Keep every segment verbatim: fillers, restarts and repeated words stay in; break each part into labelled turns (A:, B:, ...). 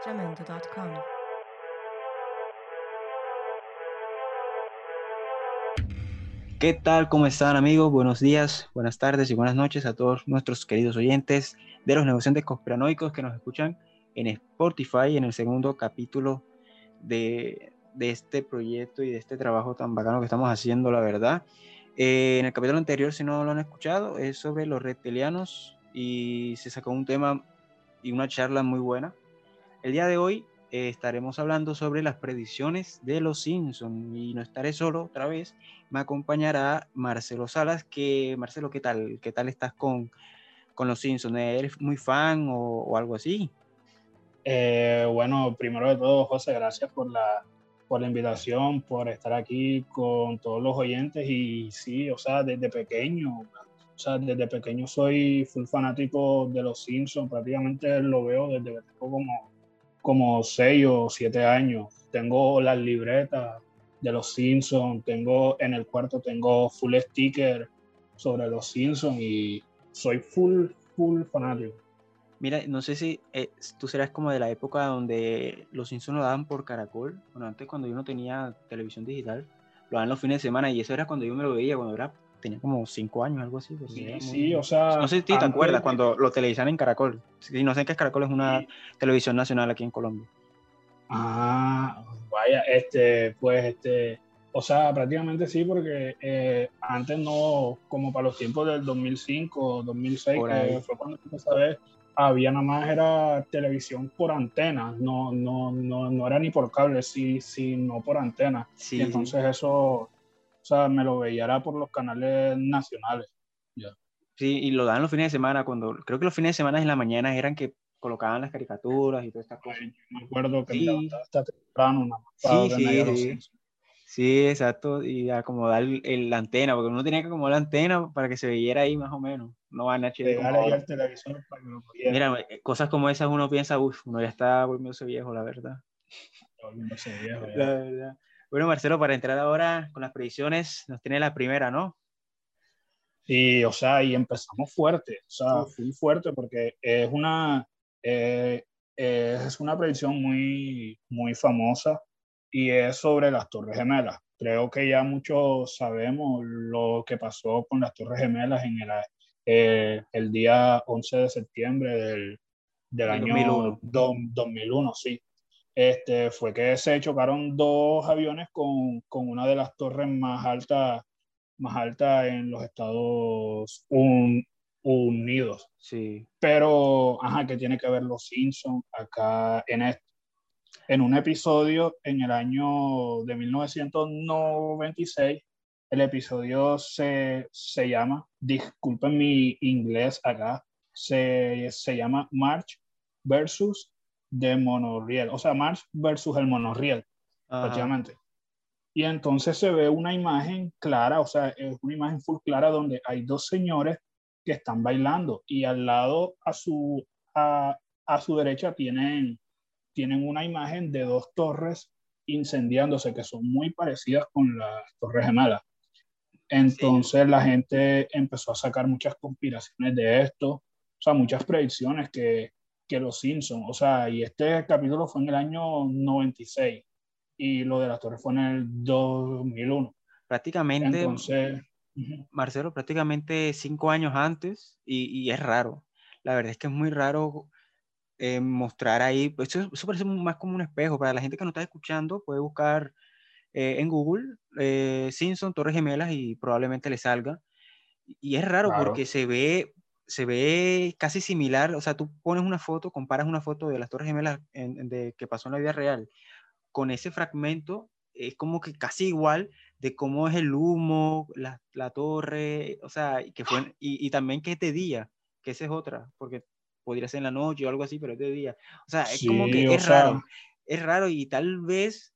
A: jamendo punto com.
B: ¿Qué tal? ¿Cómo están, amigos? Buenos días, buenas tardes y buenas noches a todos nuestros queridos oyentes de los negociantes conspiranoicos que nos escuchan en Spotify en el segundo capítulo de, de este proyecto y de este trabajo tan bacano que estamos haciendo, la verdad. Eh, en el capítulo anterior, si no lo han escuchado, es sobre los reptilianos y se sacó un tema y una charla muy buena. El día de hoy eh, estaremos hablando sobre las predicciones de los Simpsons y no estaré solo otra vez, me acompañará Marcelo Salas. Que Marcelo, ¿qué tal? ¿Qué tal estás con, con los Simpsons? ¿Eres muy fan o, o algo así?
C: Eh, bueno, primero de todo, José, gracias por la, por la invitación, por estar aquí con todos los oyentes. Y sí, o sea, desde pequeño, o sea, desde pequeño soy full fanático de los Simpsons. Prácticamente lo veo desde que tengo como, como seis o siete años. Tengo las libretas de los Simpsons, tengo en el cuarto, tengo full sticker sobre los Simpsons y soy full, full fanático.
B: Mira, no sé si eh, tú serás como de la época donde los Simpsons lo daban por Caracol. Bueno, antes cuando yo no tenía televisión digital, lo daban los fines de semana y eso era cuando yo me lo veía, cuando era, tenía como cinco años, algo así. Porque era
C: Sí, sí,
B: muy...
C: o sea,
B: No sé si te acuerdas
C: antes,
B: cuando lo televisaban en Caracol. Si no sé qué es Caracol, es una
C: sí.
B: televisión nacional aquí en Colombia.
C: Ah, vaya, este, pues, este, o sea, prácticamente sí, porque eh, antes no, como para los tiempos del dos mil cinco, dos mil seis,
B: Por
C: que
B: ahí.
C: fue cuando empecé a ver, había nada más era televisión por antena, no, no, no, no era ni por cable, sí, sí, no por antena. Y
B: Sí, sí.
C: entonces eso, o sea, me lo veía era por los canales nacionales. Ya.
B: Sí, y lo daban los fines de semana, cuando creo que los fines de semana en la mañana eran que colocaban las caricaturas y todas estas cosas.
C: Ay, yo me acuerdo que me
B: Sí,
C: levantaba hasta temprano, nada más para
B: sí,
C: verme
B: sí,
C: allá los
B: sí.
C: Simpsons.
B: Sí, exacto. Y acomodar el, el- la antena, porque uno tenía que acomodar la antena para que se viera ahí más o menos. No va en H D como
C: Pegar ahí
B: ahora.
C: al televisor para que lo viera.
B: Mira, eh, cosas como esas uno piensa, uff, uno ya está volviéndose viejo, la verdad.
C: Volviéndose viejo
B: La
C: ya.
B: verdad. Bueno, Marcelo, para entrar ahora con las predicciones, nos tiene la primera, ¿no?
C: Sí, o sea, y empezamos fuerte, o sea,
B: Uf,
C: full fuerte, porque es una, eh, es una predicción muy, muy famosa y es sobre las Torres Gemelas. Creo que ya muchos sabemos lo que pasó con las Torres Gemelas en el, eh, el día once de septiembre del, del
B: del dos mil
C: año
B: uno.
C: do- dos mil uno, sí. Este, fue que se chocaron dos aviones con, con una de las torres más altas más alta en los Estados Un- Unidos.
B: Sí.
C: Pero, ajá, ¿qué tiene que ver los Simpsons acá en esto? En un episodio en el año de mil novecientos noventa y seis, el episodio se, se llama, disculpen mi inglés acá, se, se llama March versus The Monorail, o sea, March versus el monorriel,
B: Ajá.
C: prácticamente. Y entonces se ve una imagen clara, o sea, es una imagen full clara donde hay dos señores que están bailando y al lado a su, a, a su derecha tienen, tienen una imagen de dos torres incendiándose que son muy parecidas con las Torres Gemelas.
B: Sí.
C: Entonces la gente empezó a sacar muchas conspiraciones de esto, o sea, muchas predicciones que, que los Simpsons, o sea, y este capítulo fue en el año noventa y seis y lo de las torres fue en el dos mil uno.
B: Prácticamente,
C: Entonces, uh-huh.
B: Marcelo, prácticamente cinco años antes, y, y es raro. La verdad es que es muy raro eh, mostrar ahí, pues eso, eso parece más como un espejo. Para la gente que no está escuchando, puede buscar eh, en Google eh, Simpson Torres Gemelas y probablemente le salga. Y es raro
C: Claro,
B: porque se ve, se ve casi similar. O sea, tú pones una foto, comparas una foto de las Torres Gemelas en- en de, que pasó en la vida real con ese fragmento, es como que casi igual de cómo es el humo, la, la torre, o sea, y que fue, y, y también que es de día, que esa es otra, porque podría ser en la noche o algo así, pero es de día. O sea, es como que
C: sí, o
B: es
C: sea,
B: raro, es raro y tal vez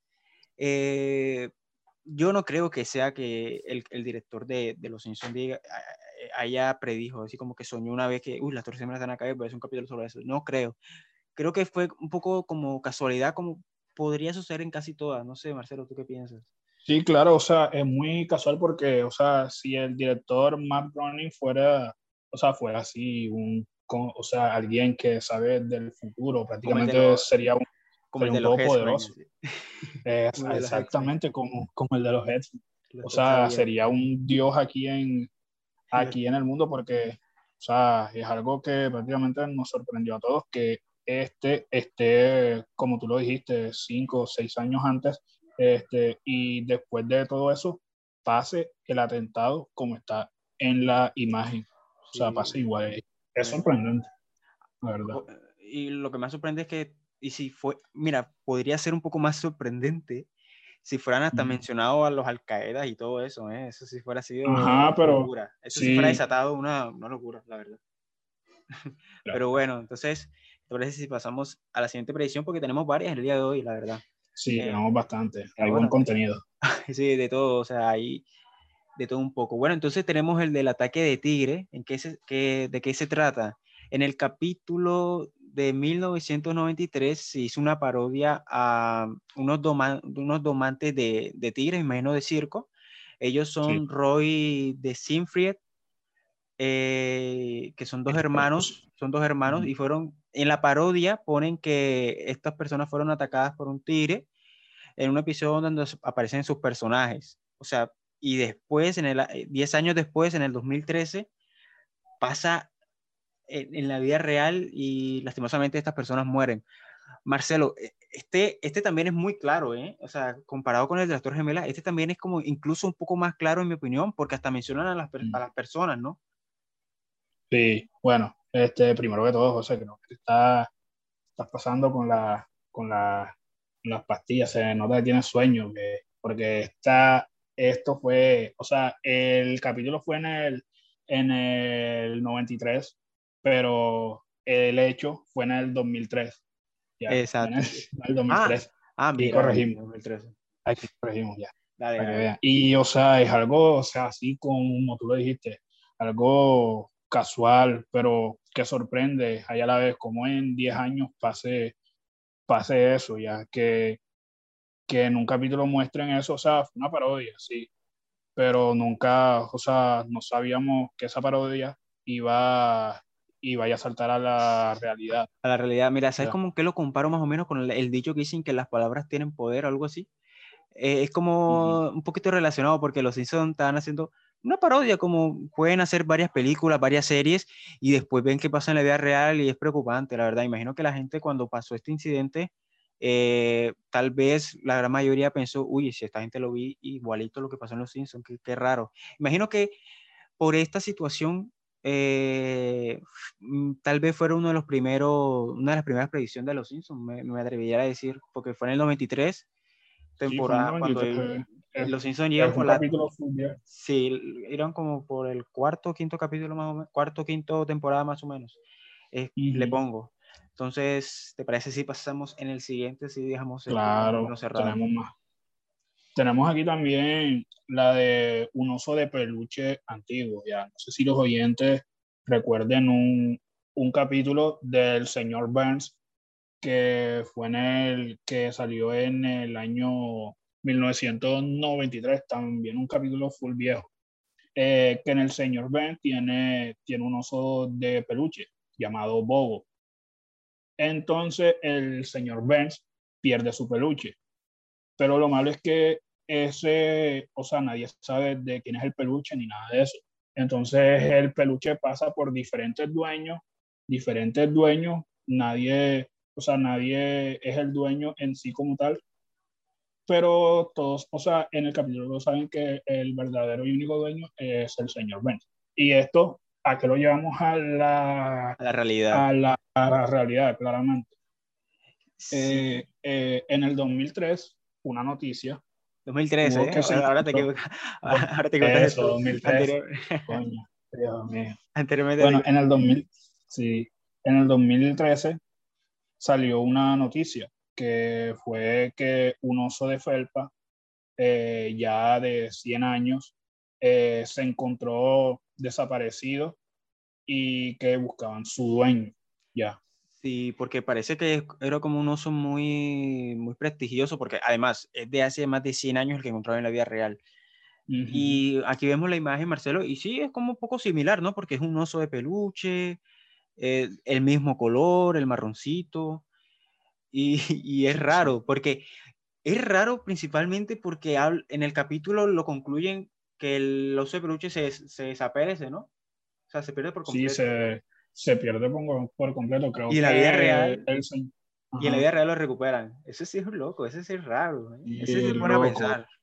B: eh, yo no creo que sea que el, el director de, de Los Simpsons diga, haya predijo, así como que soñó una vez que, uy, las torres se me van a caer, voy a hacer un capítulo sobre eso. No creo. Creo que fue un poco como casualidad, como podría suceder en casi todas. No sé, Marcelo, ¿tú qué piensas?
C: sí, claro, o sea, es muy casual porque, o sea, si el director Matt Groening fuera, o sea, fuera así, un, con- o sea, alguien que sabe del futuro,
B: Como el de
C: prácticamente
B: los,
C: sería un,
B: Como el
C: sería
B: de
C: un
B: los X-Men.
C: todopoderoso. Eh,
B: Como el de los X-Men.
C: exactamente como, como el de los X.
B: Los
C: O
B: X
C: sea,
B: Avengers.
C: sería un dios aquí en, aquí en el mundo porque, o sea, es algo que prácticamente nos sorprendió a todos que este esté, como tú lo dijiste, cinco o seis años antes, este, y después de todo eso, pase el atentado como está en la imagen. O sea, pase
B: Sí.
C: igual. Es
B: Me-
C: sorprendente, la verdad.
B: co- Y lo que más sorprende es que, y si fue, mira, podría ser un poco más sorprendente si fueran hasta
C: Ujú.
B: mencionados a los Al-Qaeda y todo eso, ¿eh? Eso sí fuera sido
C: Ajá, pero
B: locura. Eso sí fuera
C: sí,
B: desatado una, una locura, la verdad. Pero
C: claro.
B: bueno, entonces, ¿te parece si pasamos a la siguiente predicción? Porque tenemos varias el día de hoy, la verdad.
C: Sí,
B: Eh,
C: tenemos bastante. Hay
B: tenemos
C: buen
B: bastante.
C: contenido.
B: Sí, de todo, o sea, hay de todo un poco. Bueno, entonces tenemos el del ataque de tigre. ¿En qué se, qué, ¿De qué se trata? En el capítulo de mil novecientos noventa y tres se hizo una parodia a unos, doma, unos domantes de, de tigres, imagino de circo. Ellos
C: Sí.
B: son Roy de Sinfried, eh, que son dos hermanos, son dos hermanos,
C: Ujú.
B: y fueron, en la parodia ponen que estas personas fueron atacadas por un tigre en un episodio donde aparecen sus personajes. O sea, y después, en el, diez años después, en el dos mil trece, pasa en, en la vida real y lastimosamente estas personas mueren. Marcelo, este, este también es muy claro, ¿eh? O sea, comparado con el de las Torres Gemelas, este también es como incluso un poco más claro en mi opinión, porque hasta mencionan a las, a las personas, ¿no?
C: Sí, bueno, este, primero que todo, José, creo que está, estás pasando con, la, con, la, con las pastillas, se nota que tienes sueño, que, porque está, esto fue, o sea, el capítulo fue en el, en el noventa y tres, pero el hecho fue en el dos mil tres, ya, fue en
B: Exacto,
C: el,
B: sí.
C: en el
B: Ah,
C: dos mil tres,
B: ah,
C: aquí
B: mira, en
C: corregimos,
B: dos mil trece.
C: aquí corregimos ya,
B: Dale,
C: para que
B: dale.
C: vean. Y, o sea, es algo, o sea, así como tú lo dijiste, algo casual, pero que sorprende ahí a la vez, como en diez años pase, pase eso, ya que, que en un capítulo muestren eso, o sea, fue una parodia, sí, pero nunca, o sea, no sabíamos que esa parodia iba, iba a saltar a la realidad.
B: A la realidad, mira, ¿sabes
C: Ya.
B: cómo que lo comparo más o menos con el, el dicho que dicen que las palabras tienen poder o algo así? Eh, es
C: Ujú.
B: como un poquito relacionado porque los Simpsons estaban haciendo una parodia, como pueden hacer varias películas, varias series y después ven qué pasa en la vida real y es preocupante, la verdad. Imagino que la gente cuando pasó este incidente, eh, tal vez la gran mayoría pensó, uy, si esta gente lo vi igualito lo que pasó en los Simpsons, qué, qué raro. Imagino que por esta situación, eh, mm, tal vez fuera uno de los primeros, una de las primeras predicciones de los Simpsons, me, me atrevería a decir, porque fue en el noventa y tres
C: Sí, fue en el
B: temporada, cuando
C: noventa y tres.
B: el-
C: Es,
B: el- los Simpsons llegan
C: es un
B: por la,
C: capítulo full viejo.
B: sí, eran como por el cuarto o quinto capítulo más o menos, cuarto o quinto temporada más o menos, eh, le
C: Ujú.
B: pongo. Entonces, ¿te parece si pasamos en el siguiente, si dejamos esto más o
C: Claro,
B: menos cerrado?
C: tenemos más. Tenemos aquí también la de un oso de peluche antiguo, ya. No sé si los oyentes recuerden un, un capítulo del señor Burns que fue en el que salió en el año mil novecientos noventa y tres, también un capítulo full viejo, eh, que en el señor Burns tiene, tiene un oso de peluche llamado Bobo. Entonces el señor Burns pierde su peluche, pero lo malo es que ese, o sea, nadie sabe de quién es el peluche ni nada de eso. Entonces el peluche pasa por diferentes dueños, diferentes dueños, nadie, o sea, nadie es el dueño en sí como tal, pero todos, o sea, en el capítulo todos saben que el verdadero y único dueño es el señor Benz. Y esto, ¿a qué lo llevamos a la,
B: A la realidad.
C: a la, a la realidad, claramente?
B: Sí,
C: Eh, eh, en el dos mil tres, una noticia
B: dos mil trece,
C: hubo
B: ¿eh?
C: que se
B: Ahora te
C: encontró.
B: equivocas,
C: Dos-
B: ahora te equivocaste
C: Eso,
B: tú.
C: dos mil tres.
B: Anterior,
C: Coño, Dios mío.
B: anteriormente te
C: Bueno, en el
B: equivocaste.
C: dos mil, sí, en el dos mil trece salió una noticia que fue que un oso de felpa, eh, ya de cien años, eh, se encontró desaparecido y que buscaban su dueño. Ya.
B: Sí, porque parece que era como un oso muy, muy prestigioso, porque además es de hace más de cien años el que encontraron en la vida real.
C: Ujú.
B: Y aquí vemos la imagen, Marcelo, y sí, es como un poco similar, ¿no? Porque es un oso de peluche, eh, el mismo color, el marroncito. Y, y es raro, porque es raro principalmente porque en el capítulo lo concluyen que el oso de peluche se, se desaparece, ¿no? O sea, se pierde por
C: Sí,
B: completo.
C: se, se pierde por, por completo. Creo
B: Y en la vida
C: que
B: real,
C: el,
B: y en la
C: ajá,
B: vida real lo recuperan. Ese sí es un loco, ese sí es raro, ¿eh? Ese sí
C: y
B: pone a
C: loco.
B: pensar.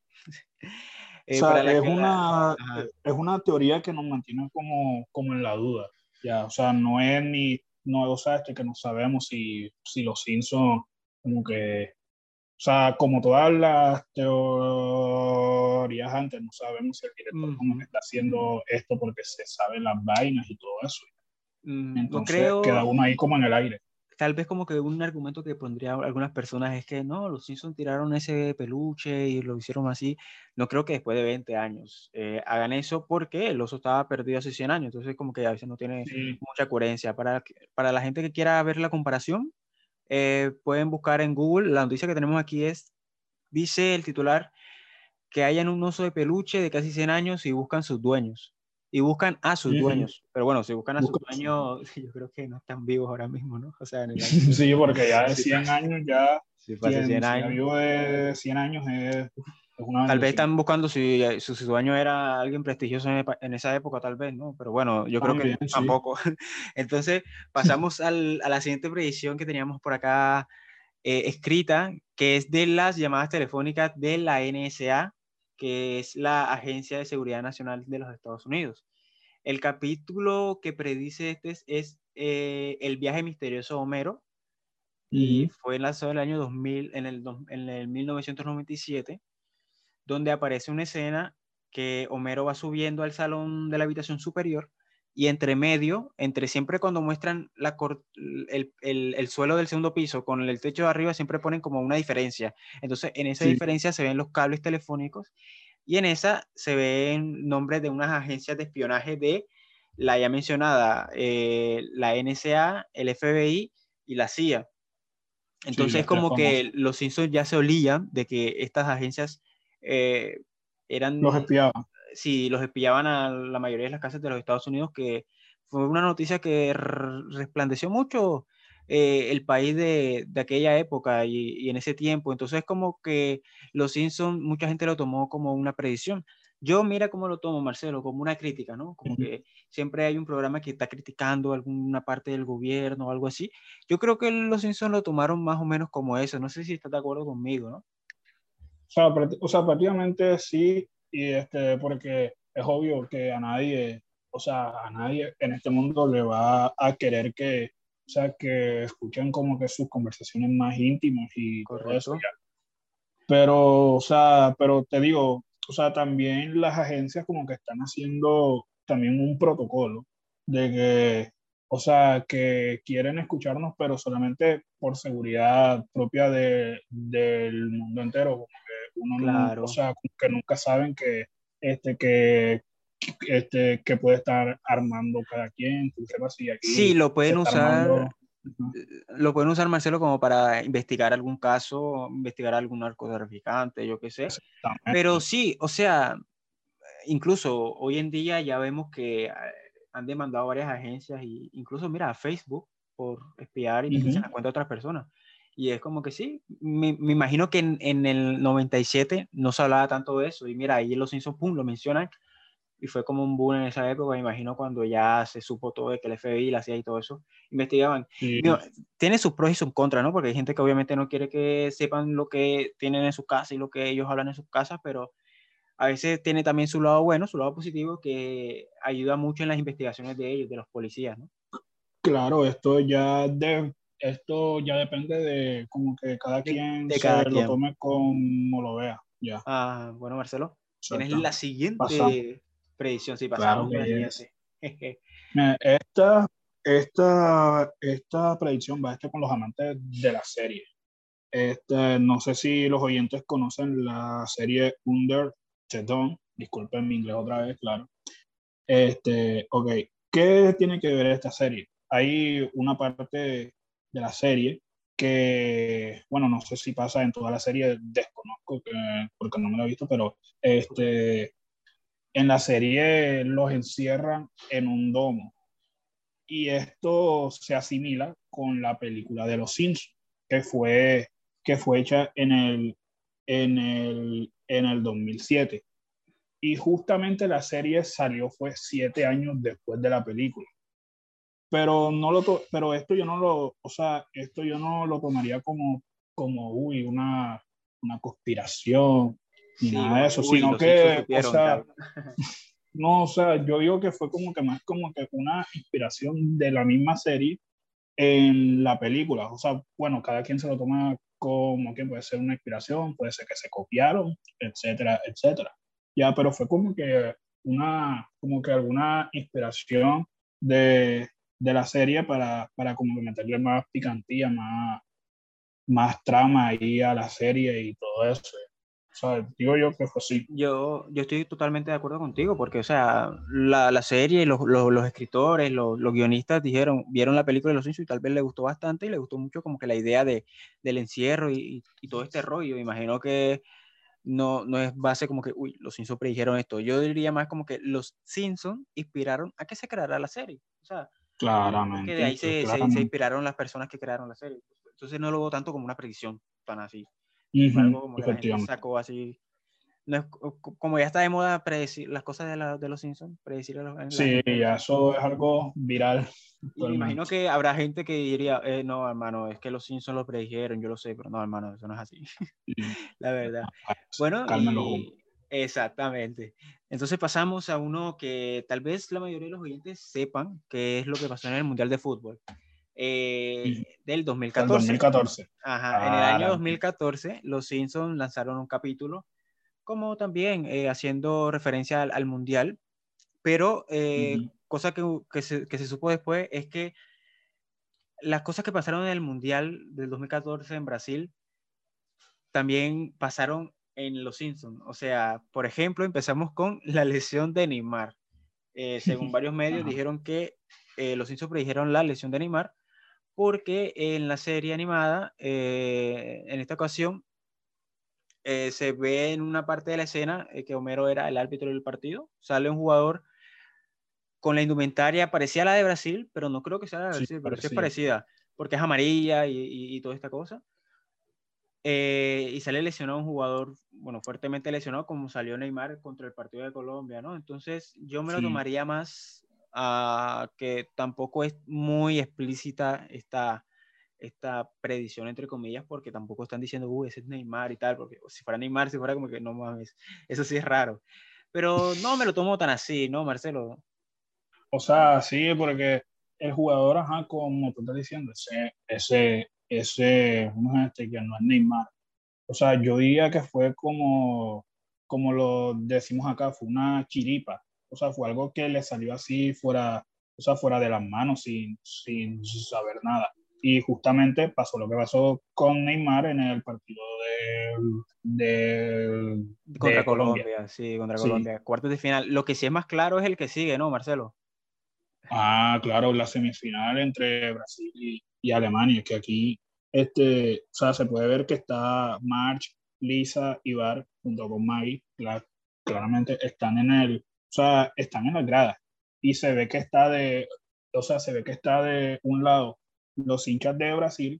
C: O
B: Eh,
C: sea,
B: para la
C: es
B: que la...
C: una,
B: Ajá.
C: es una teoría que nos mantiene como, como en la duda, ya, o sea, no es ni, no, o sea, este que no sabemos si, si los Simpsons, como que, o sea, como todas las teorías antes, no sabemos si el director como que
B: Ujú.
C: está haciendo esto porque se saben las vainas y todo eso.
B: Mm, no
C: Entonces queda
B: creo,
C: uno ahí como en el aire.
B: tal vez como que un argumento que pondría algunas personas es que no, los Simpsons tiraron ese peluche y lo hicieron así. No creo que después de veinte años eh, hagan eso porque el oso estaba perdido hace cien años, entonces como que a veces no tiene
C: Sí,
B: mucha coherencia. Para, que- para la gente que quiera ver la comparación, eh, pueden buscar en Google, la noticia que tenemos aquí es, dice el titular, que hayan un oso de peluche de casi cien años y buscan sus dueños. Y buscan a sus
C: ujú.
B: dueños. Pero bueno, si buscan a sus
C: Busca-
B: dueños, yo creo que no están vivos ahora mismo, ¿no? O sea, en el año...
C: Sí, porque ya de
B: Sí,
C: cien años, ya
B: si fue hace cien
C: quien sea
B: años.
C: vivo de cien años es, es una
B: Tal vez
C: bendición.
B: están buscando si su, su dueño era alguien prestigioso en, epa- en esa época, tal vez, ¿no? Pero bueno, yo creo que
C: También, sí.
B: tampoco. Entonces, pasamos al, a la siguiente predicción que teníamos por acá eh, escrita, que es de las llamadas telefónicas de la N S A, que es la Agencia de Seguridad Nacional de los Estados Unidos. El capítulo que predice este es, es eh, El viaje misterioso de Homero, y
C: Ujú.
B: fue lanzado en el año dos mil, en el, en el mil novecientos noventa y siete, donde aparece una escena que Homero va subiendo al salón de la habitación superior y entre medio, entre siempre cuando muestran la el, el, el, suelo del segundo piso con el techo de arriba, siempre ponen como una diferencia. Entonces, en esa
C: Sí,
B: diferencia se ven los cables telefónicos y en esa se ven nombres de unas agencias de espionaje de la ya mencionada, eh, la N S A, el F B I y la C I A.
C: sí,
B: Entonces,
C: las tres
B: como
C: famosas.
B: que los Simpsons ya se olían de que estas agencias eh,
C: Los
B: eran,
C: espiaban.
B: si los espiaban a la mayoría de las casas de los Estados Unidos, que fue una noticia que resplandeció mucho eh, el país de, de aquella época y, y, en ese tiempo. Entonces, como que los Simpsons, mucha gente lo tomó como una predicción. Yo, mira cómo lo tomo, Marcelo, como una crítica, ¿no? Como que siempre hay un programa que está criticando alguna parte del gobierno o algo así. Yo creo que los Simpsons lo tomaron más o menos como eso. No sé si estás de acuerdo conmigo, ¿no?
C: O sea, prácti- o sea, prácticamente sí, y este, porque es obvio que a nadie, o sea, a nadie en este mundo le va a querer que, o sea, que escuchen como que sus conversaciones más íntimas y todo eso
B: Correcto.
C: ya. Pero, o sea, pero te digo, o sea, también las agencias como que están haciendo también un protocolo de que, o sea, que quieren escucharnos, pero solamente por seguridad propia de, del mundo entero, como que uno no, o
B: Claro.
C: sea, como que nunca saben que, este, que, este, que puede estar armando cada quien, tú sepas si
B: Sí,
C: aquí
B: lo
C: se
B: pueden
C: está
B: usar,
C: armando. Ujú.
B: lo pueden usar, Marcelo, como para investigar algún caso, investigar algún narcotraficante, yo qué sé. Pero
C: Exactamente.
B: sí, o sea, incluso hoy en día ya vemos que eh, han demandado varias agencias y incluso, mira, a Facebook por espiar y meterse en
C: Ujú.
B: la cuenta de otras personas. Y es como que sí, me, me imagino que en, en el noventa y siete no se hablaba tanto de eso. Y mira, ahí en Los Simpsons, pum, lo mencionan y fue como un boom en esa época. Me imagino cuando ya se supo todo de que el F B I, la C I A y todo eso investigaban.
C: Sí,
B: Digo, tiene sus pros y sus contras, ¿no? Porque hay gente que obviamente no quiere que sepan lo que tienen en su casa y lo que ellos hablan en sus casas, pero a veces tiene también su lado bueno, su lado positivo, que ayuda mucho en las investigaciones de ellos, de los policías, ¿no?
C: claro, esto ya de, esto ya depende de como que cada
B: De,
C: quien
B: de
C: se
B: cada
C: lo
B: quien.
C: tome como lo vea. Ya,
B: Ah, bueno, Marcelo, tienes
C: exacto.
B: la
C: Pasamos.
B: siguiente predicción, sí, pasamos
C: Claro
B: con la
C: que es.
B: siguiente.
C: Mira, esta, esta, esta predicción va a estar con los amantes de la serie. Este, no sé si los oyentes conocen la serie Under the Dome. Disculpen mi inglés otra vez, claro. Este, ok, ¿qué tiene que ver esta serie? Hay una parte de la serie que, bueno, no sé si pasa en toda la serie, desconozco que, porque no me la he visto, pero
B: Okay.
C: este, en la serie los encierran en un domo y esto se asimila con la película de Los Simpsons. que fue, que fue hecha en el, en el, en el dos mil siete. Y justamente la serie salió fue siete años después de la película. Pero, no lo to pero esto yo no lo, o sea, esto yo no lo tomaría como, como uy, una, una conspiración, ni
B: Sí,
C: nada de
B: como que,
C: eso,
B: uy,
C: sino
B: los Simpsons
C: que, o
B: supieron
C: sea,
B: tal.
C: no, o sea, yo digo que fue como que más como que una inspiración de la misma serie en la película. O sea, bueno, cada quien se lo toma como que puede ser una inspiración, puede ser que se copiaron, etcétera, etcétera. Ya, pero fue como que una, como que alguna inspiración de, de la serie para, para como que meterle más picantía, más, más trama ahí a la serie y todo eso. O sea, digo yo que fue así.
B: Yo, yo estoy totalmente de acuerdo contigo, porque, o sea, la, la serie, los, los, los escritores, los, los, guionistas dijeron, vieron la película de Los Simpsons y tal vez les gustó bastante y les gustó mucho como que la idea de, del encierro y, y todo este rollo. Imagino que no, no es base como que, uy, Los Simpsons predijeron esto. Yo diría más como que Los Simpsons inspiraron a que se creara la serie. O sea, porque de
C: Claramente,
B: ahí se, se, se
C: claramente.
B: inspiraron las personas que crearon la serie. Entonces no lo veo tanto como una predicción tan así. Fue
C: Uh-huh,
B: algo como que la gente
C: efectivamente.
B: sacó así. No es, como ya está de moda predecir las cosas de, la, de los Simpsons, predecir a la, la
C: Sí,
B: gente.
C: ya eso es algo viral
B: Y me imagino
C: actualmente.
B: que habrá gente que diría, eh, no, hermano, es que los Simpsons lo predijeron, yo lo sé, pero no, hermano, eso no es así,
C: Y,
B: la verdad.
C: pues,
B: Bueno,
C: calmen los humos.
B: y exactamente. Entonces pasamos a uno que tal vez la mayoría de los oyentes sepan qué es lo que pasó en el Mundial de Fútbol
C: Y
B: eh, del
C: del
B: dos mil catorce.
C: dos mil catorce.
B: Ajá, en el año
C: Claramente.
B: dos mil catorce, los Simpsons lanzaron un capítulo como también eh, haciendo referencia al, al Mundial, pero eh,
C: Uh-huh.
B: cosa que, que, se, que se supo después es que las cosas que pasaron en el Mundial del dos mil catorce en Brasil también pasaron en Los Simpsons. O sea, por ejemplo, empezamos con la lesión de Neymar. Eh, según varios medios
C: Ajá.
B: dijeron que eh, Los Simpsons predijeron la lesión de Neymar porque en la serie animada, eh, en esta ocasión, eh, se ve en una parte de la escena eh, que Homero era el árbitro del partido. Sale un jugador con la indumentaria parecía la de Brasil, pero no creo que sea la de
C: Sí,
B: Brasil, pero sí es
C: parecido.
B: parecida, porque es amarilla y, y, y toda esta cosa. Eh, y sale lesionado un jugador, bueno, fuertemente lesionado, como salió Neymar contra el partido de Colombia, ¿no? Entonces, yo me lo
C: Sí.
B: tomaría más a uh, que tampoco es muy explícita esta, esta predicción, entre comillas, porque tampoco están diciendo, uy, ese es Neymar y tal, porque si fuera Neymar, si fuera como que no mames, eso sí es raro. Pero no me lo tomo tan así, ¿no, Marcelo?
C: O sea, sí, porque el jugador, ajá, como tú estás diciendo, ese, ese, ese, ¿cómo es este? Que no es Neymar. O sea, yo diría que fue como, como lo decimos acá, fue una chiripa. O sea, fue algo que le salió así fuera, o sea, fuera de las manos, sin, sin saber nada. Y justamente pasó lo que pasó con Neymar en el partido de, de,
B: Contra
C: de Colombia.
B: Colombia, sí, contra
C: Sí.
B: Colombia. Cuartos de final. Lo que sí es más claro es el que sigue, ¿no, Marcelo?
C: Ah, claro, la semifinal entre Brasil y, y Alemania, que aquí, este, o sea, se puede ver que está March, Lisa y Bar junto con Maggie, cla- claramente están en el, o sea, están en las gradas y se ve que está de, o sea, se ve que está de un lado los hinchas de Brasil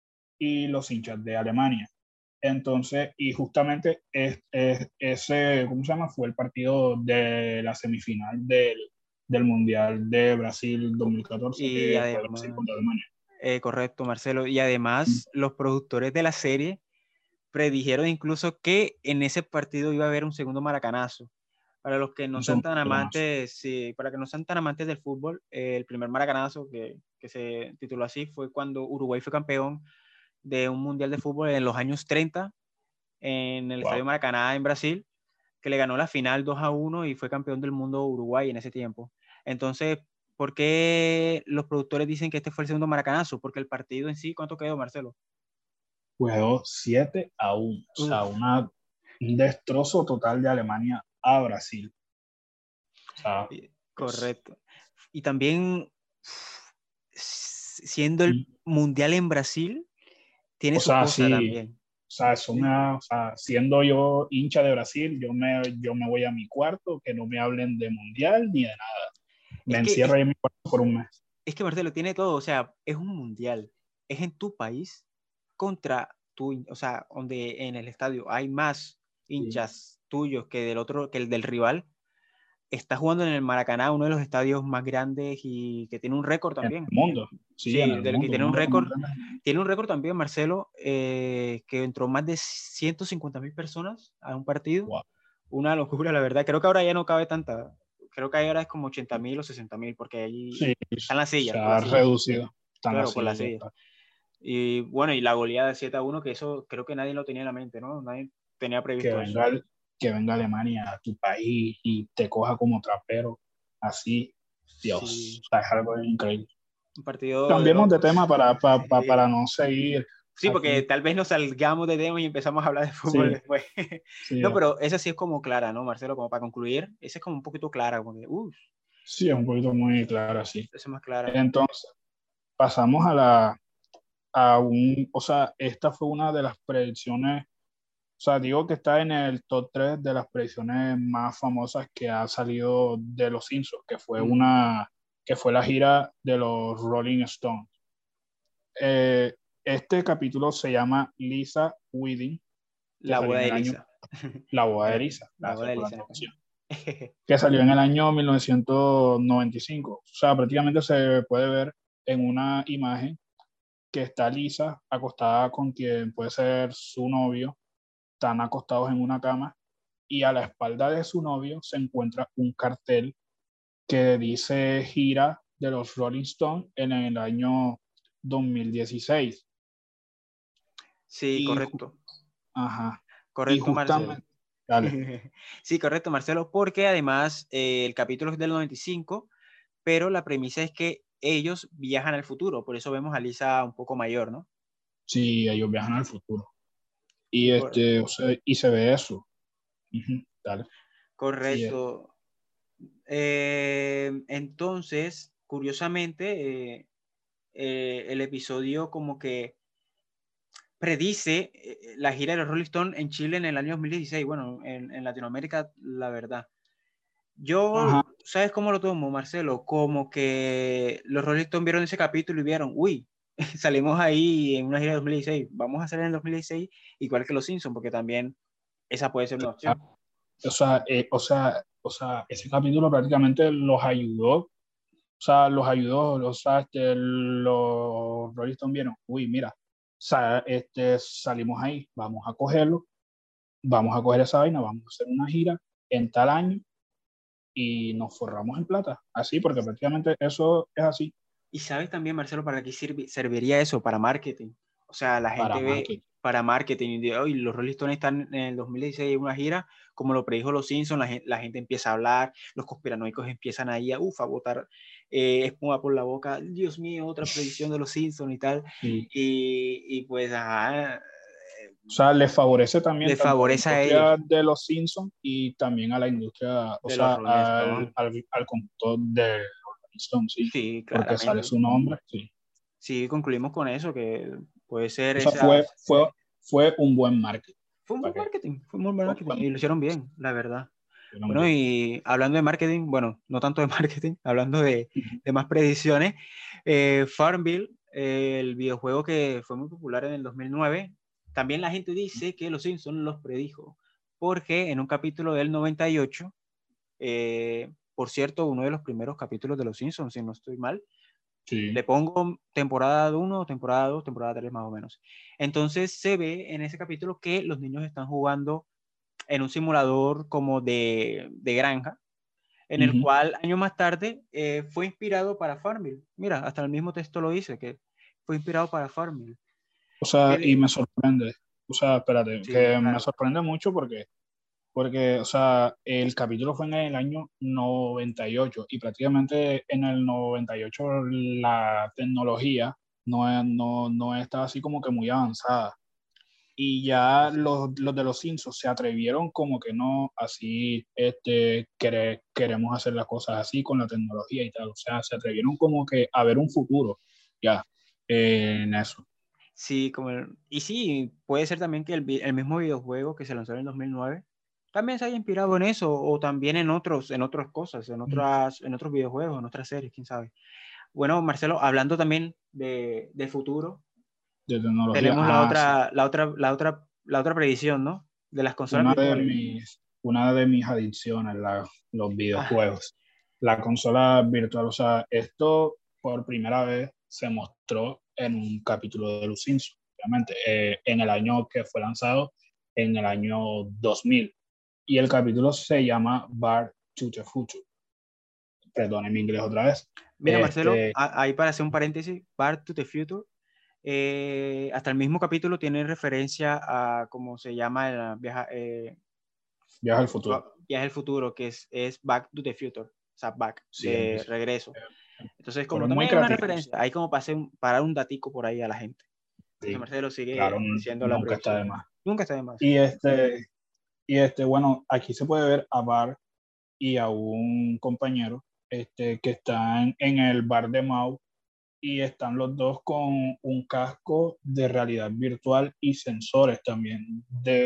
C: y los hinchas de Alemania. Entonces, y justamente es, es- ese, ¿cómo se llama? Fue el partido de la semifinal del, del Mundial de Brasil dos mil catorce,
B: Y
C: que fue Brasil
B: además,
C: contra Alemania.
B: eh, correcto, Marcelo. Y
C: Mm,
B: además, los productores de la serie predijeron incluso que en ese partido iba a haber un segundo maracanazo. Para los que no
C: un
B: sean
C: segundo
B: tan
C: planazo.
B: amantes, sí, para que no sean tan amantes del fútbol, eh, el primer maracanazo que, que se tituló así fue cuando Uruguay fue campeón de un mundial de fútbol en los años treinta en el Estadio
C: Wow.
B: Maracaná en Brasil, que le ganó la final dos a uno y fue campeón del mundo Uruguay en ese tiempo. Entonces, ¿por qué los productores dicen que este fue el segundo maracanazo? Porque el partido en sí, ¿cuánto quedó, Marcelo?
C: Quedó siete a uno, o sea,
B: Uf,
C: una, un destrozo total de Alemania a Brasil. O sea, pues,
B: correcto. Y también, siendo el
C: y,
B: mundial en Brasil, tiene
C: o
B: su
C: sea,
B: cosa
C: sí,
B: también.
C: o sea, eso me da, o sea, siendo yo hincha de Brasil, yo me, yo me voy a mi cuarto, que no me hablen de mundial ni de nada. Me
B: Es que,
C: encierro
B: es,
C: ahí en mi cuarto por un mes.
B: es que Marcelo tiene todo, o sea, es un mundial, es en tu país, contra tu, o sea, donde en el estadio hay más hinchas sí. tuyos que del otro, que el del rival, está jugando en el Maracaná, uno de los estadios más grandes y que tiene un récord también.
C: En el mundo, sí,
B: sí
C: en el
B: del
C: mundo,
B: que tiene un récord, tiene un récord también, Marcelo, eh, que entró más de ciento cincuenta mil personas a un partido.
C: Wow.
B: Una locura, la verdad. Creo que ahora ya no cabe tanta. Creo que ahora es como ochenta mil o sesenta mil, porque ahí
C: sí,
B: están las sillas.
C: Se ha reducido.
B: Están claro, las por las sillas. Y bueno, y la goleada de siete a uno, que eso creo que nadie lo tenía en la mente, ¿no? Nadie tenía previsto
C: que
B: eso.
C: venga, que venga Alemania a tu país y te coja como trapero, así, Dios,
B: sí.
C: O sea, es algo increíble.
B: Un partido
C: Cambiemos
B: de,
C: de tema para, para, para, para no seguir.
B: Sí,
C: aquí.
B: porque tal vez nos salgamos de tema y empezamos a hablar de fútbol
C: sí.
B: después.
C: Sí,
B: no, pero esa sí es como clara, ¿no, Marcelo? Como para concluir, esa es como un poquito clara. Como que, uh,
C: sí, es un poquito muy clara, sí.
B: Esa es más clara.
C: Entonces, pasamos a la, a un, o sea, esta fue una de las predicciones, o sea, digo que está en el top tres de las predicciones más famosas que ha salido de los Simpsons, que fue mm. una, que fue la gira de los Rolling Stones. Eh, este capítulo se llama Lisa Wedding.
B: La boda de Lisa.
C: Año, la boda de Lisa.
B: La boda de Lisa.
C: Que salió en el año mil novecientos noventa y cinco. O sea, prácticamente se puede ver en una imagen que está Lisa acostada con quien puede ser su novio. Están acostados en una cama y a la espalda de su novio se encuentra un cartel que dice gira de los Rolling Stones en el año dos mil dieciséis.
B: Sí, y, correcto.
C: Ajá.
B: Correcto, Marcelo. Dale. sí, correcto, Marcelo, porque además eh, el capítulo es del noventa y cinco, pero la premisa es que ellos viajan al futuro, por eso vemos a Lisa un poco mayor, ¿no?
C: Sí, ellos viajan al futuro. Y, este, o sea, y se ve eso. Uh-huh. Dale.
B: Correcto. Eh, entonces, curiosamente, eh, eh, el episodio como que predice eh, la gira de los Rolling Stones en Chile en el año dos mil dieciséis. Bueno, en, en Latinoamérica, la verdad. Yo, Ajá. ¿sabes cómo lo tomo, Marcelo? Como que los Rolling Stones vieron ese capítulo y vieron, uy, salimos ahí en una gira de dos mil dieciséis, vamos a hacer en el dos mil dieciséis igual que los Simpsons, porque también esa puede ser una opción.
C: O sea, eh, o sea, o sea, ese capítulo prácticamente los ayudó, o sea, los ayudó, o sea, este, los Rolling Stones vieron, uy, mira, o sea, este, salimos ahí, vamos a cogerlo, vamos a coger esa vaina, vamos a hacer una gira en tal año y nos forramos en plata, así, porque prácticamente eso es así.
B: Y sabes también, Marcelo, para qué sirve, serviría eso, para marketing. O sea, la gente
C: para
B: ve
C: marketing.
B: para marketing. Y hoy los Rolling Stones están en el dos mil dieciséis en una gira, como lo predijo los Simpsons, la gente, la gente empieza a hablar, los conspiranoicos empiezan ahí a, uf, a botar eh, espuma por la boca. Dios mío, otra predicción de los Simpsons y tal.
C: Sí.
B: Y, y pues, ajá.
C: O sea, les favorece también
B: les favorece
C: a la
B: industria
C: a ellos. De los Simpsons y también a la industria, o
B: de
C: sea, al, al, al conductor de los Stones, sí.
B: Sí,
C: porque sale su nombre, sí.
B: Sí, concluimos con eso, que puede ser
C: o sea,
B: esa...
C: fue, fue, fue un buen marketing.
B: Fue un buen marketing, fue un buen marketing, fue buen... y lo hicieron bien, la verdad. Bueno,
C: bien.
B: y hablando de marketing, bueno, no tanto de marketing, hablando de, de más predicciones, eh, Farmville, eh, el videojuego que fue muy popular en el dos mil nueve, también la gente dice que los Simpsons los predijo, porque en un capítulo del noventa y ocho, eh, por cierto, uno de los primeros capítulos de los Simpsons, si no estoy mal, sí. Le pongo temporada uno, temporada dos, temporada tres más o menos. Entonces se ve en ese capítulo que los niños están jugando en un simulador como de, de granja, en el uh-huh. cual años más tarde eh, fue inspirado para Farmville. Mira, hasta el mismo texto lo dice, que fue inspirado para Farmville.
C: O sea, eh, y me sorprende, o sea, espérate, sí, que claro. me sorprende mucho porque, porque, o sea, el capítulo fue en el año noventa y ocho y prácticamente en el noventa y ocho la tecnología no, no, no está así como que muy avanzada. Y ya los, los de los Simpsons se atrevieron como que no, así, este, quere, queremos hacer las cosas así con la tecnología y tal. O sea, se atrevieron como que a ver un futuro, ya, eh, en eso.
B: Sí, como el, y sí, puede ser también que el, el mismo videojuego que se lanzó en el dos mil nueve también se haya inspirado en eso, o también en otros, en otras cosas, en, otras, en otros videojuegos, en otras series, quién sabe. Bueno, Marcelo, hablando también de, de futuro,
C: de tecnología.
B: Tenemos la
C: Ah,
B: otra,
C: sí.
B: la otra, la otra, la otra predicción, ¿no? De las consolas
C: Una de
B: virtuales.
C: mis, una de mis adicciones, la- los
B: Ah,
C: videojuegos. La consola virtual, o sea, esto por primera vez se mostró en un capítulo de Los Simpsons, obviamente, eh, en el año que fue lanzado, en el año dos mil. Y el capítulo se llama Bar to the Future. Perdone mi inglés otra vez.
B: mira, Marcelo,
C: Este,
B: a- ahí para hacer un paréntesis, Back to the Future, eh, hasta el mismo capítulo tiene referencia a cómo se llama el viaja, eh,
C: Viaje al futuro.
B: viaje al futuro, que es, es Back to the Future, o sea, back,
C: Sí,
B: de
C: es-
B: regreso.
C: eh,
B: Entonces, como
C: fueron muy
B: también hay una
C: creativos.
B: referencia, hay como para, hacer un, para dar un datico por ahí a la gente. Entonces,
C: Sí,
B: Marcelo
C: claro,
B: sigue
C: n-
B: diciendo la
C: nunca está de
B: predicción.
C: más.
B: Nunca está de más.
C: Y este, y este, bueno, aquí se puede ver a Bar y a un compañero este, que están en el bar de Mau y están los dos con un casco de realidad virtual y sensores también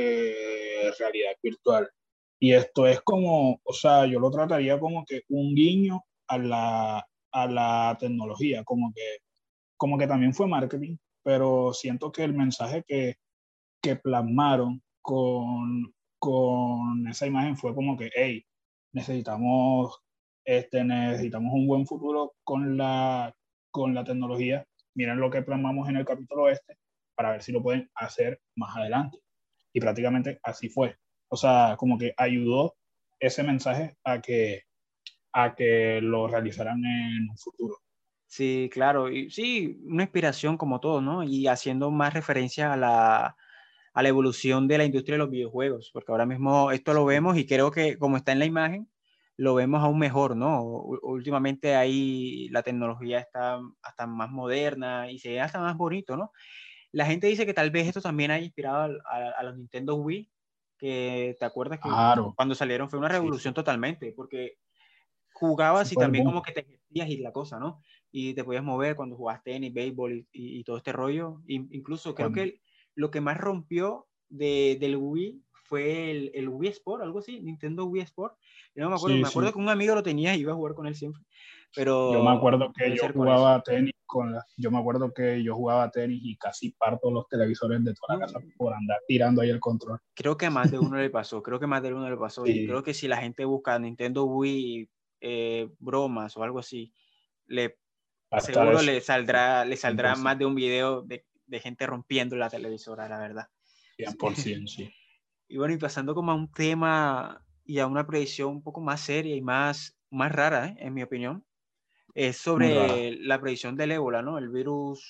C: de realidad virtual. Y esto es como, o sea, yo lo trataría como que un guiño a la, a la tecnología, como que, como que también fue marketing, pero siento que el mensaje que, que plasmaron con, con esa imagen fue como que, hey, necesitamos, este, necesitamos un buen futuro con la, con la tecnología. Miren lo que plasmamos en el capítulo este para ver si lo pueden hacer más adelante. Y prácticamente así fue. O sea, como que ayudó ese mensaje a que, a que lo realizaran en un futuro.
B: Sí, claro, y sí, una inspiración como todo, ¿no? Y haciendo más referencia a la, a la evolución de la industria de los videojuegos, porque ahora mismo esto lo
C: Sí,
B: vemos y creo que como está en la imagen, lo vemos aún mejor, ¿no? U- Últimamente ahí la tecnología está hasta más moderna y se ve hasta más bonito, ¿no? La gente dice que tal vez esto también haya inspirado al- a, a los Nintendo Wii, que te acuerdas que
C: claro.
B: cuando salieron fue una
C: Sí,
B: revolución
C: sí.
B: totalmente, porque jugabas
C: Eso
B: y
C: fue el
B: también
C: boom.
B: como que te ejercías y la cosa, ¿no? Y te podías mover cuando jugabas tenis, béisbol y, y, y todo este rollo. Y, incluso creo
C: Cuando,
B: que lo que más rompió de, del Wii fue el, el Wii Sport, algo así, Nintendo Wii Sport. Yo no me acuerdo,
C: sí,
B: me acuerdo
C: sí.
B: que un amigo lo tenía y iba a jugar con él siempre,
C: Yo me
B: pero
C: acuerdo que
B: debe
C: yo
B: ser con eso.
C: jugaba tenis con la, yo me acuerdo que yo jugaba tenis y casi parto los televisores de toda la
B: No,
C: casa por andar tirando ahí el control.
B: creo que a más de uno le pasó, creo que más de uno le pasó y
C: Sí,
B: creo que si la gente busca Nintendo Wii eh, bromas o algo así, le
C: va a estar
B: seguro
C: eso.
B: le
C: Sí,
B: saldrá, le
C: cien
B: saldrá
C: por
B: más
C: ciento.
B: de un video de, de gente rompiendo la televisora, la verdad.
C: cien por ciento, sí.
B: Y bueno, y pasando como a un tema y a una predicción un poco más seria y más, más rara, ¿eh? En mi opinión, es
C: Muy rara.
B: sobre la predicción del ébola, ¿no? El virus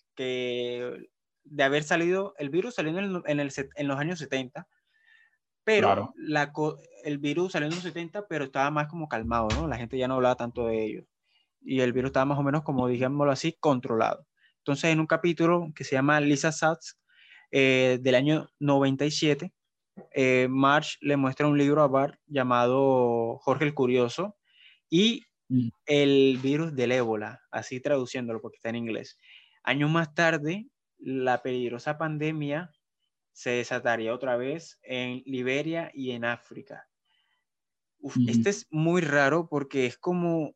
B: que de haber salido, el virus salió en, el, en, el, en los años setenta, pero
C: Claro.
B: la, el virus salió en los setenta, pero estaba más como calmado, ¿no? La gente ya no hablaba tanto de ello. Y el virus estaba más o menos, como digámoslo así, controlado. Entonces, en un capítulo que se llama Lisa Sachs, eh, del año noventa y siete, eh, Marge le muestra un libro a Bart llamado Jorge el Curioso y
C: Mm.
B: el virus del ébola, así traduciéndolo porque está en inglés. Años más tarde, la peligrosa pandemia se desataría otra vez en Liberia y en África. Uf,
C: Mm.
B: este es muy raro porque es como,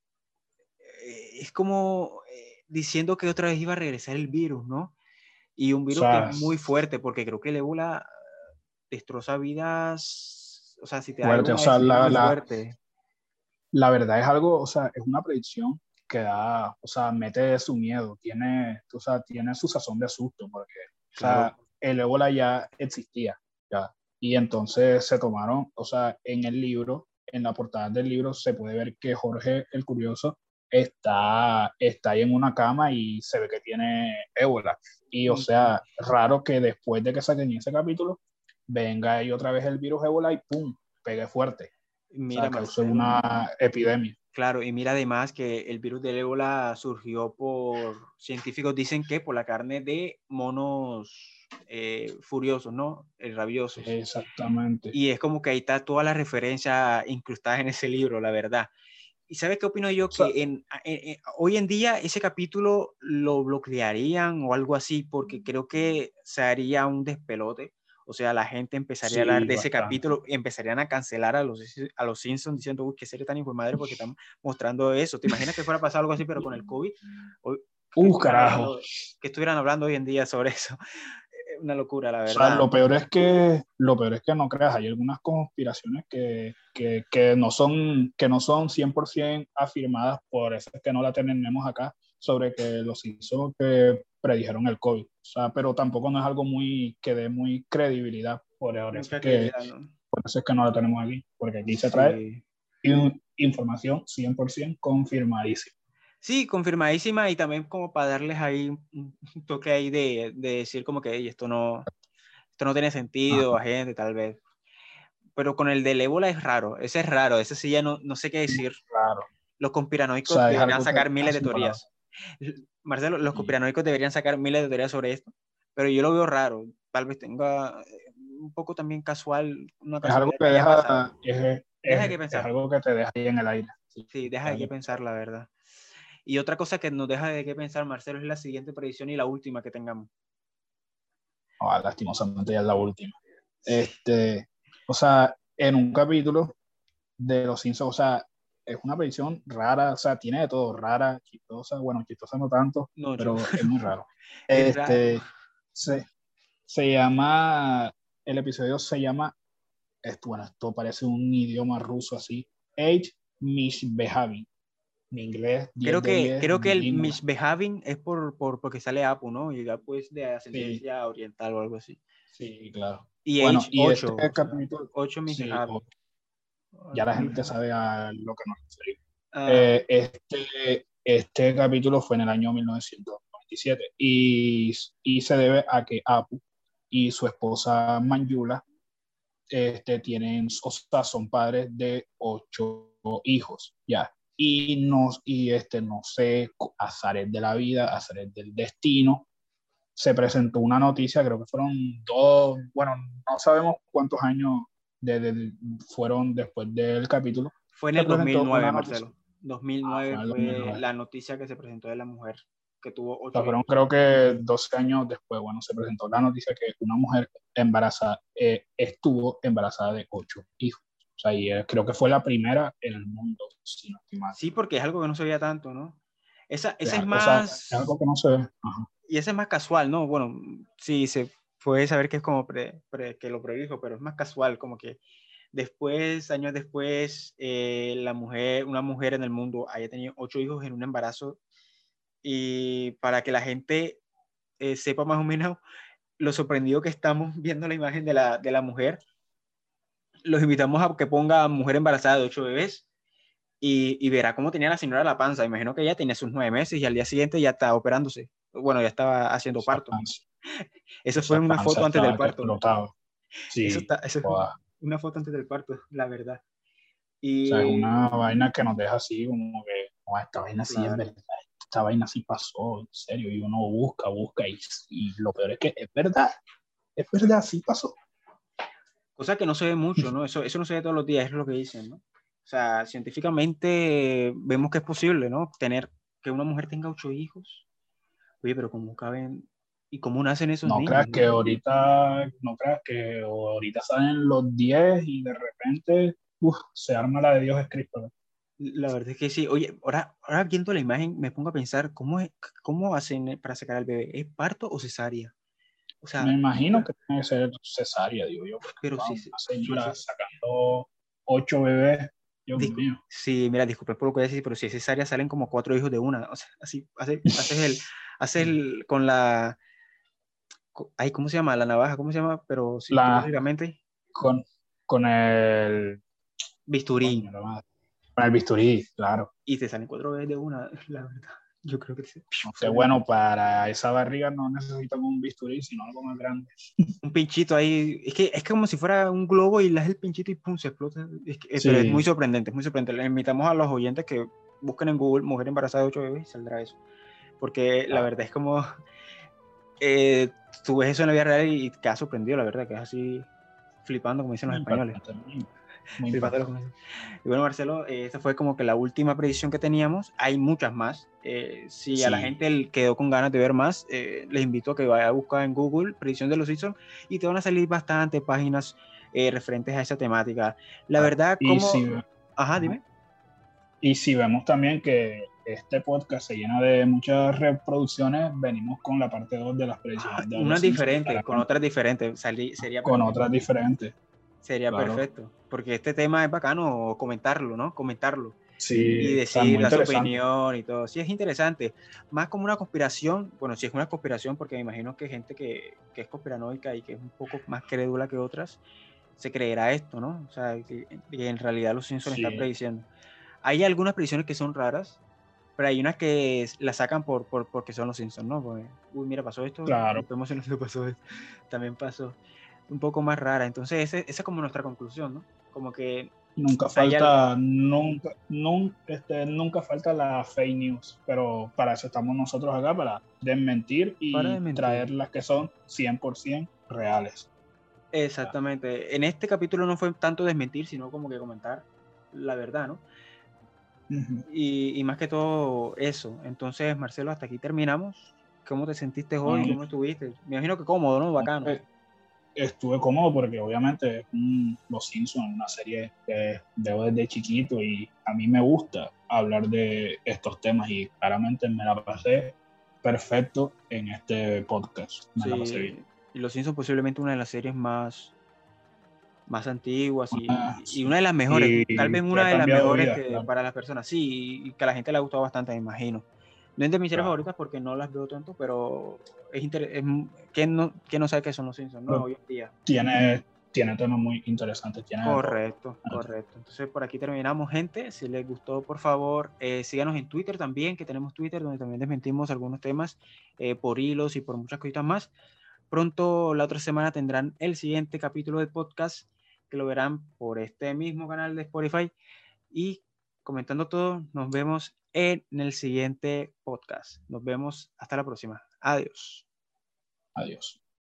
B: eh, es como eh, diciendo que otra vez iba a regresar el virus, ¿no? Y un
C: O
B: virus que es
C: sea,
B: muy fuerte porque creo que el ébola destroza vidas, o sea, si te da
C: fuerte. O
B: ébola
C: sea,
B: es
C: la,
B: muy
C: la,
B: fuerte.
C: la verdad es algo, o sea, es una predicción que da, o sea, mete su miedo, tiene, o sea, tiene su sazón de susto, porque, o sea,
B: Claro,
C: el ébola ya existía, ya, y entonces se tomaron, o sea, en el libro, en la portada del libro se puede ver que Jorge el Curioso está, está ahí en una cama y se ve que tiene ébola, y o sea, raro que después de que saquen ese capítulo, venga ahí otra vez el virus ébola y pum, pegue fuerte, o
B: mira
C: sea, causó
B: Marcelo,
C: una epidemia.
B: claro, y mira además que el virus del ébola surgió por, científicos dicen que por la carne de monos eh, furiosos, ¿no? Eh, rabiosos.
C: Exactamente.
B: Y es como que ahí está toda la referencia incrustada en ese libro, la verdad. ¿Y sabes qué opino yo?
C: O sea,
B: Que en, en, en, hoy en día ese capítulo lo bloquearían o algo así, porque creo que se haría un despelote. O sea, la gente empezaría a hablar
C: sí,
B: de ese
C: bastante.
B: capítulo, empezarían a cancelar a los, a los Simpsons diciendo, uy, qué serie tan hijo de madre, porque están mostrando eso. ¿Te imaginas que fuera a pasar algo así, pero con el COVID? O,
C: Uh, carajo.
B: Hablando, que estuvieran hablando hoy en día sobre eso. Una locura, la verdad.
C: O sea, lo peor es que, lo peor es que no creas, hay algunas conspiraciones que, que, que no son, que no son cien por ciento afirmadas, por eso es que no la tenemos acá, sobre que los Simpsons que predijeron el COVID. O sea, pero tampoco no es algo muy, que dé muy credibilidad, por eso,
B: Mucha
C: es que,
B: credibilidad, ¿no?
C: por eso es que no la tenemos aquí, porque aquí se trae
B: Sí.
C: in- información cien por ciento confirmadísima.
B: Sí, confirmadísima, y también como para darles ahí un toque ahí de, de decir como que "Ey, esto no, esto no tiene sentido,
C: Ajá.
B: a gente, tal vez". Pero con el del ébola es raro, ese es raro, ese sí ya no, no sé qué decir.
C: Claro. O
B: Los conspiranoicos
C: sea, es
B: deberían
C: algo que
B: sacar miles de
C: sin palabras.
B: teorías. Marcelo, los
C: Sí.
B: conspiranoicos deberían sacar miles de teorías sobre esto, pero yo lo veo raro. Tal vez tenga eh, un poco también casual, una
C: Es algo
B: casualidad
C: que
B: que haya pasado.
C: deja, es,
B: Deja de
C: es,
B: qué
C: es
B: pensar.
C: algo que te deja ahí en el aire. Sí,
B: Sí, deja de
C: deja
B: qué
C: que
B: pensar,
C: pensar.
B: la verdad. Y otra cosa que nos deja de qué pensar, Marcelo, es la siguiente predicción y la última que tengamos.
C: Oh, lastimosamente ya es la última.
B: Sí.
C: Este, o sea, en un capítulo de Los Simpsons, o sea, es una predicción rara, o sea, tiene de todo, rara, chistosa, bueno, chistosa no tanto,
B: No, yo.
C: pero es muy raro.
B: Es raro.
C: Este, se, se llama, el episodio se llama, esto, bueno, esto parece un idioma ruso así, Age Misbehaving. En inglés, diez
B: Creo
C: de
B: que,
C: diez
B: creo que el
C: muy mal.
B: misbehaving es por, por, porque sale Apu, ¿no? Y Apu es de
C: Sí,
B: ascendencia oriental o algo así.
C: sí, claro.
B: Y
C: Bueno,
B: Age
C: y este
B: ocho, o sea,
C: capítulo,
B: ocho
C: sí,
B: misbehaving.
C: o- ya la gente sabe a lo que nos referimos.
B: Ah,
C: Eh, este, este capítulo fue en el año mil novecientos noventa y siete y, y se debe a que Apu y su esposa Manjula este, tienen, o sea, son padres de ocho hijos, ya. Y, nos, y este, no sé, azares de la vida, azares del destino, se presentó una noticia, creo que fueron dos, bueno, no sabemos cuántos años de, de, fueron después del capítulo,
B: fue en
C: se
B: el
C: presentó
B: dos mil nueve,
C: una noticia.
B: Marcelo.
C: Ah,
B: dos mil nueve
C: fue en el
B: fue
C: dos mil nueve.
B: la noticia que se presentó de la mujer que tuvo
C: O sea,
B: ocho
C: fueron
B: hijos.
C: creo que doce años después, bueno, se presentó la noticia que una mujer embarazada eh, estuvo embarazada de ocho hijos. O sea, y eh, creo que fue la primera en el mundo, si no estoy mal.
B: Sí, porque es algo que no se veía tanto, ¿no? Esa, esa es
C: O sea, es
B: más,
C: algo que no se ve. Ajá.
B: y esa es más casual, ¿no? Bueno, sí, se puede saber que es como pre, pre, que lo predijo, pero es más casual, como que después, años después, eh, la mujer, una mujer en el mundo haya tenido ocho hijos en un embarazo, y para que la gente eh, sepa más o menos lo sorprendido que estamos viendo la imagen de la, de la mujer, los invitamos a que ponga mujer embarazada de ocho bebés y, y verá cómo tenía la señora la panza. Imagino que ella tenía sus nueve meses y al día siguiente ya estaba operándose. Bueno, ya estaba haciendo
C: Esa
B: parto.
C: panza,
B: Eso fue
C: esa
B: una
C: panza
B: foto antes del
C: estaba que
B: parto.
C: explotaba.
B: Eso,
C: Sí,
B: está, eso es
C: joda.
B: una foto antes del parto, la verdad.
C: O sea, es
B: Y
C: una vaina que nos deja así como que, oh, esta vaina sí es
B: claro.
C: verdad, esta vaina sí pasó, en serio, y uno busca, busca, y, y lo peor es que es verdad, es verdad, sí pasó.
B: Cosa que no se ve mucho, ¿no? Eso, eso no se ve todos los días, es lo que dicen, ¿no? O sea, científicamente vemos que es posible, ¿no? Tener que una mujer tenga ocho hijos. Oye, pero ¿cómo caben y cómo nacen esos
C: No
B: niños,
C: creas que
B: no?
C: ahorita, no creas que ahorita salen los diez y de repente uf, se arma la de Dios es Cristo, ¿no?
B: La verdad es que sí. Oye, ahora, ahora viendo la imagen me pongo a pensar, ¿cómo, es, cómo hacen para sacar al bebé? ¿Es parto o cesárea? O
C: Me
B: sea,
C: imagino que tiene que ser cesárea, digo yo, porque
B: pero
C: wow,
B: sí,
C: una
B: sí,
C: señora
B: sí.
C: sacando ocho bebés, Dios
B: Discu-
C: mío.
B: sí, mira, disculpen por lo que voy a decir, pero si es cesárea salen como cuatro hijos de una. O sea, así, hace, haces el, haces el, con la, co- ay, ¿cómo se llama? La navaja, ¿cómo se llama? Pero
C: La,
B: científicamente,
C: con, con el,
B: bisturí.
C: coño, la madre, con el bisturí, claro.
B: Y te salen cuatro bebés de una, la verdad. Yo creo que sí.
C: Aunque bueno, para esa barriga no necesitan un bisturí, sino algo más grande.
B: Un pinchito ahí, es que es como si fuera un globo y le das el pinchito y pum, se explota. Es que, eh, pero es muy
C: Sí,
B: sorprendente, es muy sorprendente. Le invitamos a los oyentes que busquen en Google mujer embarazada de ocho bebés y saldrá eso. Porque la
C: claro.
B: verdad es como, eh, tú ves eso en la vida real y te quedas sorprendido, la verdad, que es así flipando, como dicen los
C: Muy
B: españoles.
C: impactante, muy, muy
B: Flipando,
C: impactante.
B: como dicen. Y bueno, Marcelo, eh, esta fue como que la última predicción que teníamos. Hay muchas más. Eh, si a la
C: Sí,
B: gente quedó con ganas de ver más, eh, les invito a que vaya a buscar en Google predicción de los Simpsons y te van a salir bastantes páginas eh, referentes a esa temática. La
C: claro.
B: verdad,
C: Y
B: ¿cómo?
C: si,
B: Ajá,
C: ajá.
B: dime.
C: y si vemos también que este podcast se llena de muchas reproducciones, venimos con la parte dos de las predicciones
B: Ah,
C: de
B: unas
C: los Simpsons,
B: diferentes, con
C: claramente,
B: otras diferentes, salí- sería
C: con
B: perfecto.
C: otras diferentes.
B: Sería
C: Claro.
B: perfecto, porque este tema es bacano comentarlo, ¿no? Comentarlo y
C: Sí, o sea,
B: decir
C: muy
B: la su
C: interesante.
B: opinión y todo. Sí, es interesante. Más como una conspiración, bueno, sí es una conspiración porque me imagino que gente que, que es conspiranoica y que es un poco más crédula que otras, se creerá esto, ¿no? O sea, que, que en realidad los Simpsons están
C: Sí,
B: prediciendo. Hay algunas predicciones que son raras, pero hay unas que las sacan por, por, porque son los Simpsons, ¿no? Porque, uy, mira, pasó esto,
C: claro.
B: vemos si no pasó esto. También pasó un poco más rara. Entonces, ese, esa es como nuestra conclusión, ¿no? Como que
C: Nunca
B: hay algo.
C: falta, nunca, nunca, este, nunca falta la fake news, pero para eso estamos nosotros acá, para desmentir
B: Para
C: y
B: de mentir.
C: traer las que son cien por ciento reales.
B: Exactamente. En este capítulo no fue tanto desmentir, sino como que comentar la verdad, ¿no?
C: Uh-huh.
B: Y, y más que todo eso. Entonces, Marcelo, hasta aquí terminamos. ¿Cómo te sentiste hoy? ¿Cómo estuviste? Me imagino que cómodo, ¿no? Bacano.
C: Estuve cómodo porque obviamente mm, Los Simpsons es una serie que veo desde chiquito y a mí me gusta hablar de estos temas y claramente me la pasé perfecto en este podcast. Me la pasé bien.
B: Sí, y Los Simpsons posiblemente una de las series más, más antiguas y,
C: Ah,
B: y
C: sí.
B: una de las mejores, tal
C: Y
B: vez
C: que
B: una
C: ha
B: de las
C: cambiado
B: mejores
C: vidas,
B: que
C: claro.
B: para las personas, sí, y que a la gente le ha gustado bastante, me imagino. No es de mis series
C: Claro.
B: favoritas porque no las veo tanto, pero es interesante. ¿Quién no, quién no sabe qué son los Simpsons, no?
C: Pero
B: Hoy en día.
C: tiene, tiene temas muy interesantes, tiene de todo.
B: Correcto, correcto. Entonces por aquí terminamos, gente. Si les gustó, por favor, eh, síganos en Twitter también, que tenemos Twitter, donde también desmentimos algunos temas eh, por hilos y por muchas cositas más. Pronto, la otra semana, tendrán el siguiente capítulo del podcast, que lo verán por este mismo canal de Spotify. Y comentando todo, nos vemos en el siguiente podcast. Nos vemos hasta la próxima. Adiós.
C: Adiós.